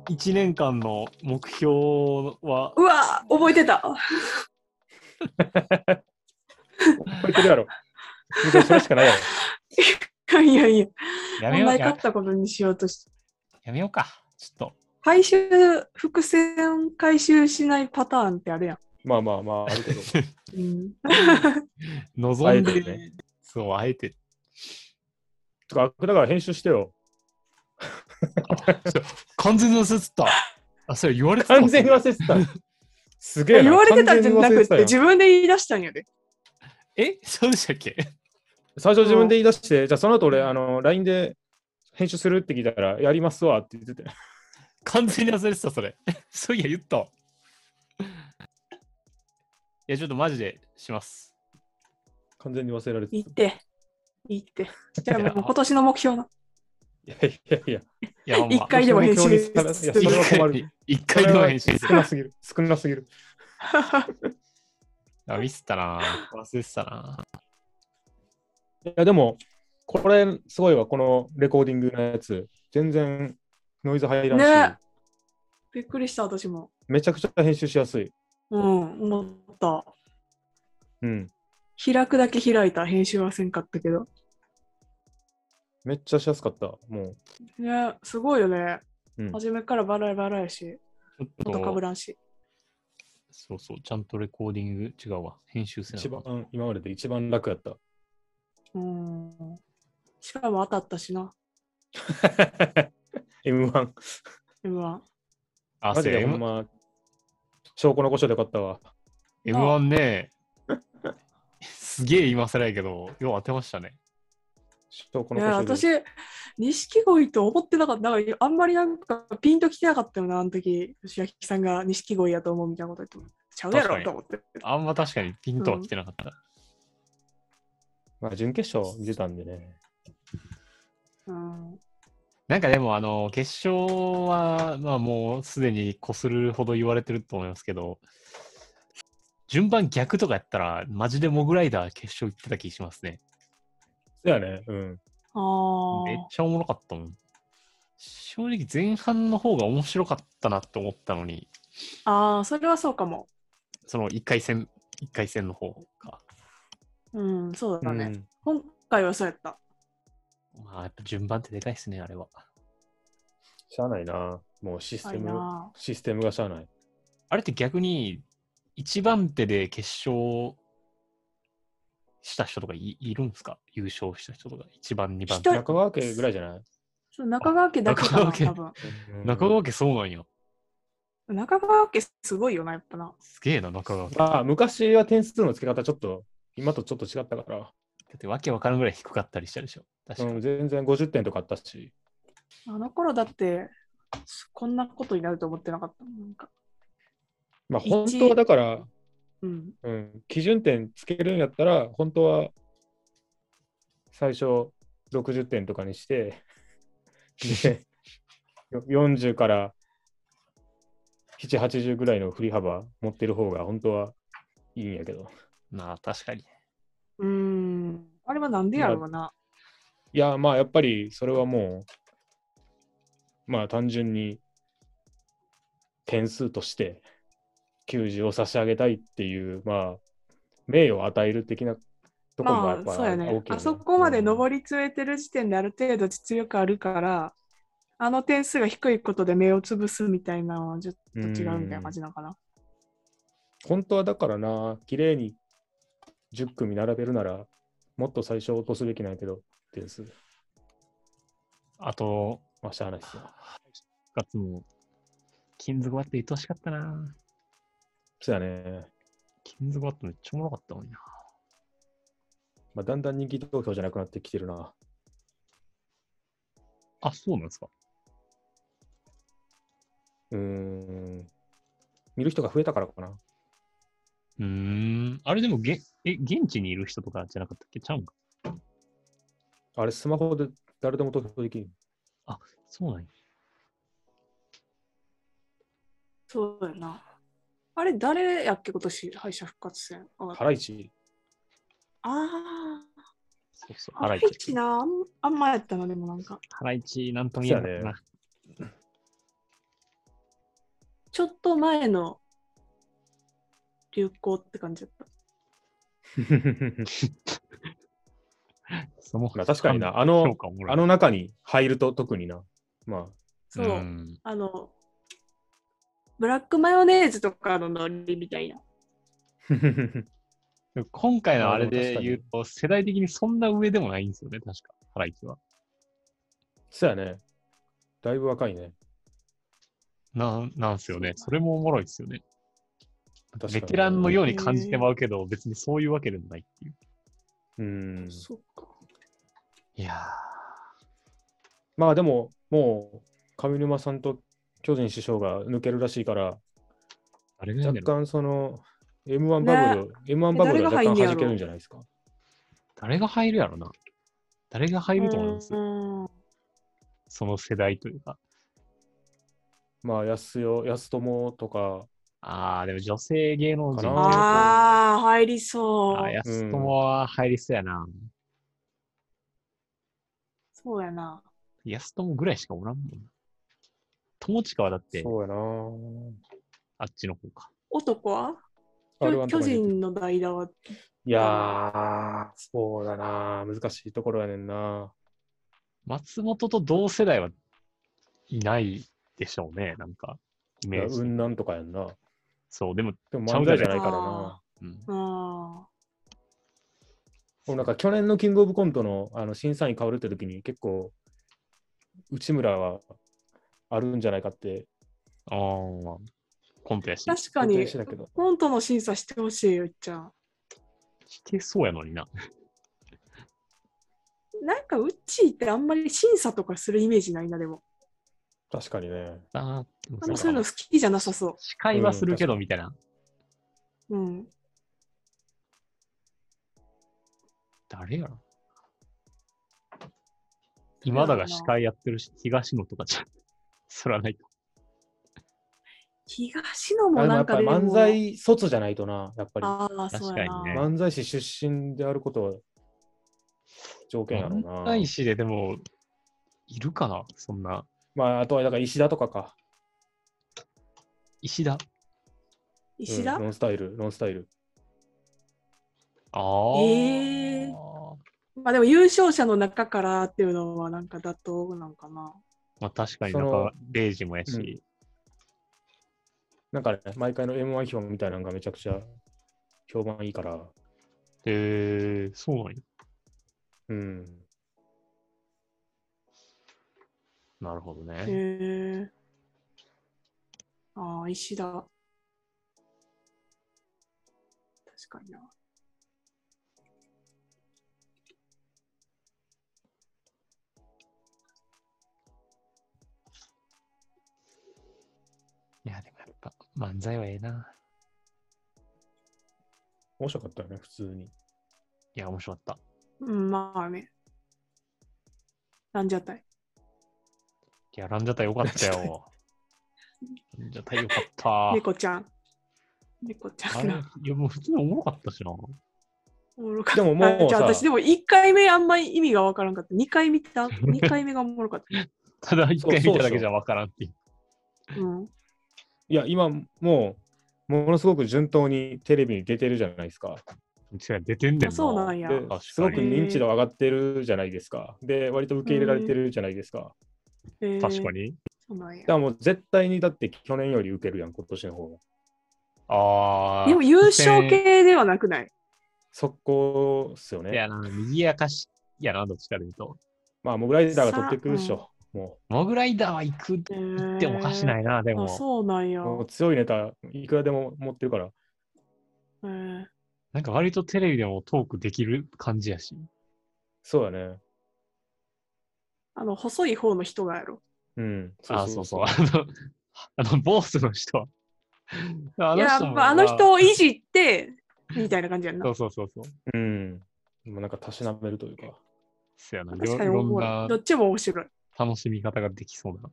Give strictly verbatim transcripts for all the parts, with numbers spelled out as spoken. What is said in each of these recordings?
いちねんかんの目標は。 うわ覚えてた。 覚えてるやろ。それしかないやろ。 いやいや、 やめよう。 問題勝ったことにしようとして。 やめようか。ちょっと。 回収、伏線回収しないパターンってあるやん。 まあまあまあ、あるけど。 うん、 望んで、 あえてね、 そう、あえて。 とか、だから編集してよ。 完全に忘れてた。あ、それ言われてた。 完全に忘れてた。すげえな。 言われてたんじゃなくて、 完全に忘れてたよ自分で言い出したんやで。 え、そうでしたっけ？ 最初自分で言い出して、じゃあその後俺、あの、ライン で編集するって聞いたら、やりますわって言ってて。 完全に忘れてた、それ。そういや、言ったわ。いや、ちょっとマジでします。 完全に忘れられてた。 言って。言って。じゃあもう今年の目標な。 いやいやいや。 いや、ほんま一回でも編集する。 いや、それは困る。 一回でも編集する。 少なすぎる。少なすぎる。 あ、ミスったな。忘れてたな。 いや、でも、これすごいわ、このレコーディングのやつ。全然ノイズ入らんし、 ね、びっくりした、私も。 めちゃくちゃ編集しやすい。 うん、思った。 うん。 開くだけ開いた。編集はせんかったけど。 めっちゃしやすかった。もね、すごいよね。 う。うん、 初めからバラバラやし、 ちょっ音かぶと、 らんし。 そうそう、ちゃんとレコーディング違うわ。編集せな一番、今までで一番楽やった。 うん。しかも当たったしな。 エムワン。 エムワン。 あ、 マジでほんま、証拠残しでよかったわ。 エムワン ね、すげえ今更やけど、よう当てましたね。 証拠いや、 残しで。 私、錦鯉と思ってなかった。なんかあんまりなんかピンときてなかったよな、あの時、吉明さんが錦鯉やと思うみたいなこと言っても。ちゃうやろと思って。 あんま確かにピンとは来てなかった。 うん、まあ、準決勝見てたんでね。 うん、 なんかでも、あの、決勝は、まあもうすでにこするほど言われてると思いますけど、順番逆とかやったら、マジでモグライダー決勝行ってた気しますね。 そうやね。うん。 あめっちゃおもろかったもん。正直前半の方が面白かったなと思ったのに。 ああ、それはそうかも。 そのいっかい戦、一回戦の方か。 うん、そうだね。 うん、 今回はそうやった。 まあ、やっぱ順番ってでかいっすね、あれは。 しゃあないな。もうシステム、システムがしゃあない。 あれって逆に、一番手で決勝した人とか い, いるんですか？優勝した人とか、一番、二番手。 中川家ぐらいじゃない？ そう中川家だけかな、多分。 中川家そうなんや。 中川家すごいよな、やっぱな。 すげえな、中川家。 まあ、昔は点数の付け方ちょっと、今とちょっと違ったから。 だってわけわからんぐらい低かったりしたでしょ。確かに。 うん、全然ごじゅってんとかあったし。 あの頃だって、こんなことになると思ってなかった。なんかまあ、本当はだから、 うんうん、基準点つけるんやったら、本当は最初ろくじゅってんとかにして、で、よんじゅうからななじゅう、はちじゅうぐらいの振り幅持ってる方が本当はいいんやけど。 まあ、確かに。 うーん。あれはなんでやろうな。 いや、まあ、やっぱりそれはもう、まあ、単純に点数としてきゅうじゅうを差し上げたいっていう、まあ、名誉を与える的なところがやっぱまあ、そうやね。 大きい、ね。 あそこまで上り詰めてる時点である程度実力あるから、あの点数が低いことで目をつぶすみたいなのはちょっと違うみたいな感じなのかな。 本当はだからな、綺麗にじゅっ組並べるなら、もっと最初落とすべきなんやけど、点数。 あと、 まあ、しゃあないっすよ。 ガツも、金属バット愛おしかったな。 そうやね。 金属バットめっちゃおもろかったのにな。 まあ、だんだん人気投票じゃなくなってきてるな。 あ、そうなんですか。 うーん。見る人が増えたからかな。 うーん。あれでもげ、え、現地にいる人とかじゃなかったっけ？ちゃうんか。 あれ、スマホで誰でも投票できる。 あ、そうなんや。 そうやな。あれ、誰やっけ、今年、敗者復活戦。 ハライチ。 ああ。 そうそう、 ハライチな。あん、あんまやったな、でもなんか。 ハライチ、なんとも言えなかったな。 ちょっと前の流行って感じだった。 そのまあ確かにな、あ評の、 価おもろいあの中に入ると特にな。まそう、 んあの、ブラックマヨネーズとかのノリみたいな。 あ。 でも今回のあれまあでも確かにで言うと、世代的にそんな上でもないんですよね、確か、ハライチは。 そうやね。だいぶ若いね。 ななんすよね。 そうそれもおもろいですよね。 確かにねベテランのように感じてまうけど、別にそういうわけでもないっていう。 うん。 そっか。 いやまあでも、もう上沼さんと巨人師匠が抜けるらしいから、 ー、あれがやねん若干その エムワン バブル、エムワン バブルは若干弾けるんじゃないですか。 誰が入るやろな。誰が入ると思いますうんその世代というか。 まあ、安代、安友とか、 ああ、でも女性芸能人かなああ、入りそああ、 う。 安友は入りそうやな。 そうやな。 安友ぐらいしかおらんもんな。友近はだって、 そうやな。 あっちの方か。 男はアールワンと巨かに出てる人の代打は。 いやー、そうだな。難しいところやねんな。 松本と同世代はいないでしょうね、なんか、イいや、 メージ。 雲南とかやんな。 そう、でも、 でもちゃうじゃない漫才じゃないからな。 うん。 あもうなんか去年のキングオブコントのあの審査員変わるって時に結構内村はあるんじゃないかってああ、コントやしあ、。確か想に定してたけど。 コントの審査してほしいよ、っちゃん。 してそうやのにな。 なんかうちってあんまり審査とかするイメージないな、でも。 確かにね。 あーでもあんまそういうのか好きじゃなさそ司会はするけど、 うんみたいな。 う。うん。 誰やろ今田が司会やってるし、東野とかじゃん。そらないか。 東野もあでもやっぱりなんかでも。 漫才卒じゃないとな、やっぱり。 ああ、そうやな。 確かにね漫才師出身であることは条件やろうな。 漫才師ででも、いるかなそんな。 まあ、あとはだから石田とかか。 石田。 石田、 うん、ノンスタイル、ノンスタイル。 ああ。 ええまあでも優勝者の中からっていうのはなんか妥当なんかな。 まあ確かにその中、レイジもやし。 うんなんかね、毎回の エムワン 票みたいなのがめちゃくちゃ評判いいから。 へえ、そうなんや。 うん。 なるほどへね。 え。ああ、石田。確かにな。 いや、でもやっぱ漫才はええな。 面白かったよね、普通に。 いや、面白かった。 うん、まあね。ランジャタイ。 いや、ランジャタイよかったよ。ランジャタイよかった。 猫ちゃん。猫ちゃあれ、 んな。 いや、もう普通におもろかったしな。 おもろかったでももうあじゃあさ私でもいっかいめあんまり意味がわからんかった。にかい見た ?に 回目がおもろかった。 ただ一回そう見ただけじゃわからんっていう。 うん。 いや、今もう、ものすごく順当にテレビに出てるじゃないですか。 違う、出てんねんな。 あそうなんや。 で確かにすごく認知度上がってるじゃないですか。で、割と受け入れられてるじゃないですか。 えー確か。に。 そうなんやだからもう絶対にだって去年より受けるやん、今年の方が。 ああ。 でも優勝系ではなくない速攻っすよね。 いやな、賑やかし、いやな、どっちかで言うと。 まあ、モグライダーが取ってくるでしょ。もモグライダーは行く、 え行ってもおかしないな、であ、 も。 そうなんや。 う、もう強いネタ、いくらでも持ってるから。 えーなんか割とテレビでもトークできる感じやし。 そうやね。 あの、細い方の人がやろ。 うん。 ああ、そうそう。あの、あの、ボスの人は。あいや、 もまあ、あの人をいじって、みたいな感じやんなそう。そうそうそう。 うん。もうなんかたしなめるというか。 そやな。い確ろいろんかにおもろい。 などっちも面白い。 楽しみ方ができそうな。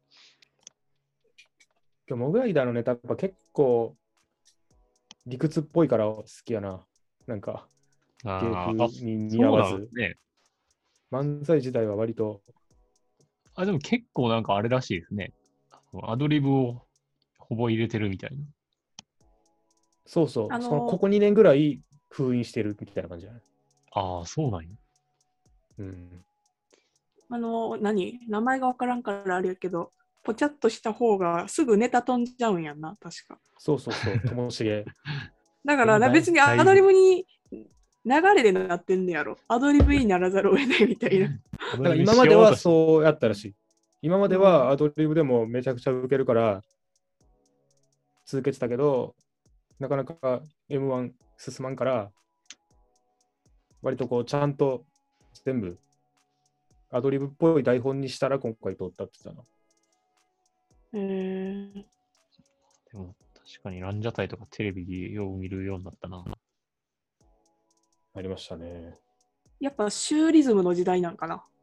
今日モグライダーのネタ、やっぱ結構理屈っぽいから好きやな。なんか、芸ああ、 風に似合そうわず。 なんですね。 漫才自体は割と、 あ、でも結構なんかあれらしいですね。アドリブをほぼ入れてるみたいな。 そうそう、 あのーそのここにねんぐらい封印してるみたいな感じじゃない？ ああ、そうなんや。 うん。 あの、何名前がわからんからあれやけど、ぽちゃっとした方がすぐネタ飛んじゃうんやんな、確か。 そうそうそう、ともしげ。 だからな、 でもだい別にアドリブに流れでなってんねやろ。アドリブにならざるを得ないみたいな。 だから今まではう。 そうやったらしい。今まではアドリブでもめちゃくちゃ受けるから続けてたけど、なかなか エムワン 進まんから、割とこうちゃんと全部アドリブっぽい台本にしたら今回通ったって言ってたな。 えー、 でも確かにランジャタイとかテレビでよう見るようになったな。 ありましたね。 やっぱシューリズムの時代なんかな。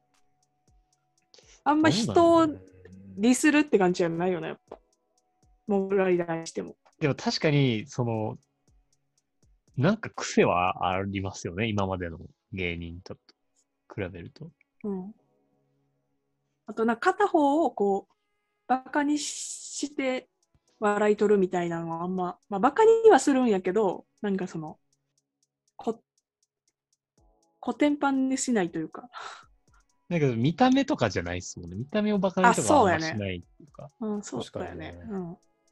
あんま人をディスるって感じじゃないよね、やっぱ。モグライダーにしても。 でも確かに、その、なんか癖はありますよね。今までの芸人と比べると。 うん。あと、なんか片方をこう、バカにして笑い取るみたいなのはあんま、まあ、バカにはするんやけど、なんかその、こ、コテンパンにしないというか。 だけど見た目とかじゃないですもんね。見た目をバカにとかはあんましないっていうか。 うん、そうだよ確かにね。 ねうん。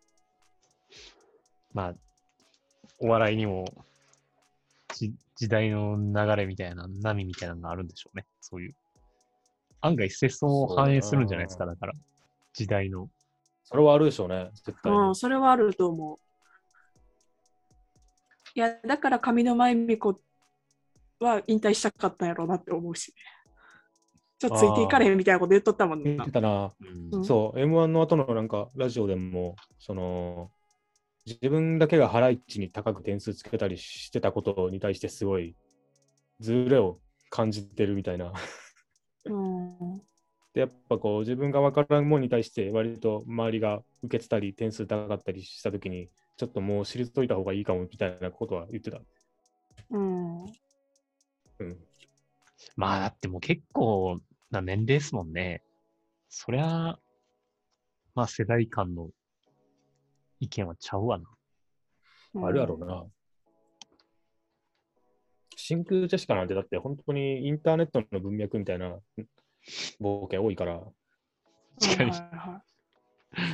まあ、お笑いにもじ時代の流れみたいな、波みたいなのがあるんでしょうね。そういう。案外世相を反映するんじゃないですか、だから。時代の。 それはあるでしょうね、絶対に。 うん、それはあると思う。いや、だから上沼恵美子は引退したかったんやろうなって思うし。ちょっとついていかれへんみたいなこと言っとったもんな言って。たな。 うん、 そう、エムワン の後のなんかラジオでも、その、自分だけがハライチに高く点数つけたりしてたことに対してすごいズレを感じてるみたいな。 うん、 で、やっぱこう自分が分からんもんに対して割と周りが受けてたり点数高かったりしたときに、ちょっともう退いた方がいいかもみたいなことは言ってた。 うん。 うん。 まあ、だってもう結構な年齢ですもんね。そりゃ、まあ世代間の意見はちゃうわな。 あるやろうな。真空ジェシカなんてだって本当にインターネットの文脈みたいな冒険多いから。 確かに。 はいはいはい、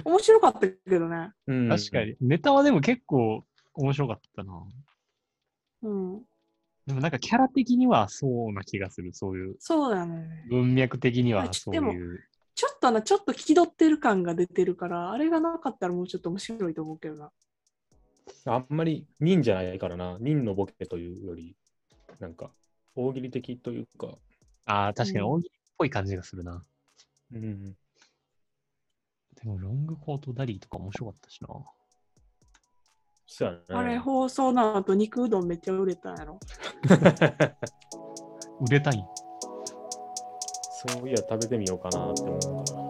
面白かったけどね。 うん、 確かに。ネタはでも結構面白かったな。 うん。 でもなんかキャラ的にはそうな気がする。そういう。 そうだね。 文脈的にはあそういう。 ちょっとな、ちょっと気取ってる感が出てるから、あれがなかったらもうちょっと面白いと思うけどな。 あんまり忍じゃないからな。忍のボケというより、なんか大喜利的というか。 ああ、確かにうん大喜利っぽい感じがするな。 うん。 でもロングコートダディとか面白かったしな。 そうやね。 あれ、放送の後、肉うどんめっちゃ売れたんやろ。 売れたいん。 そういや、食べてみようかなって思うから。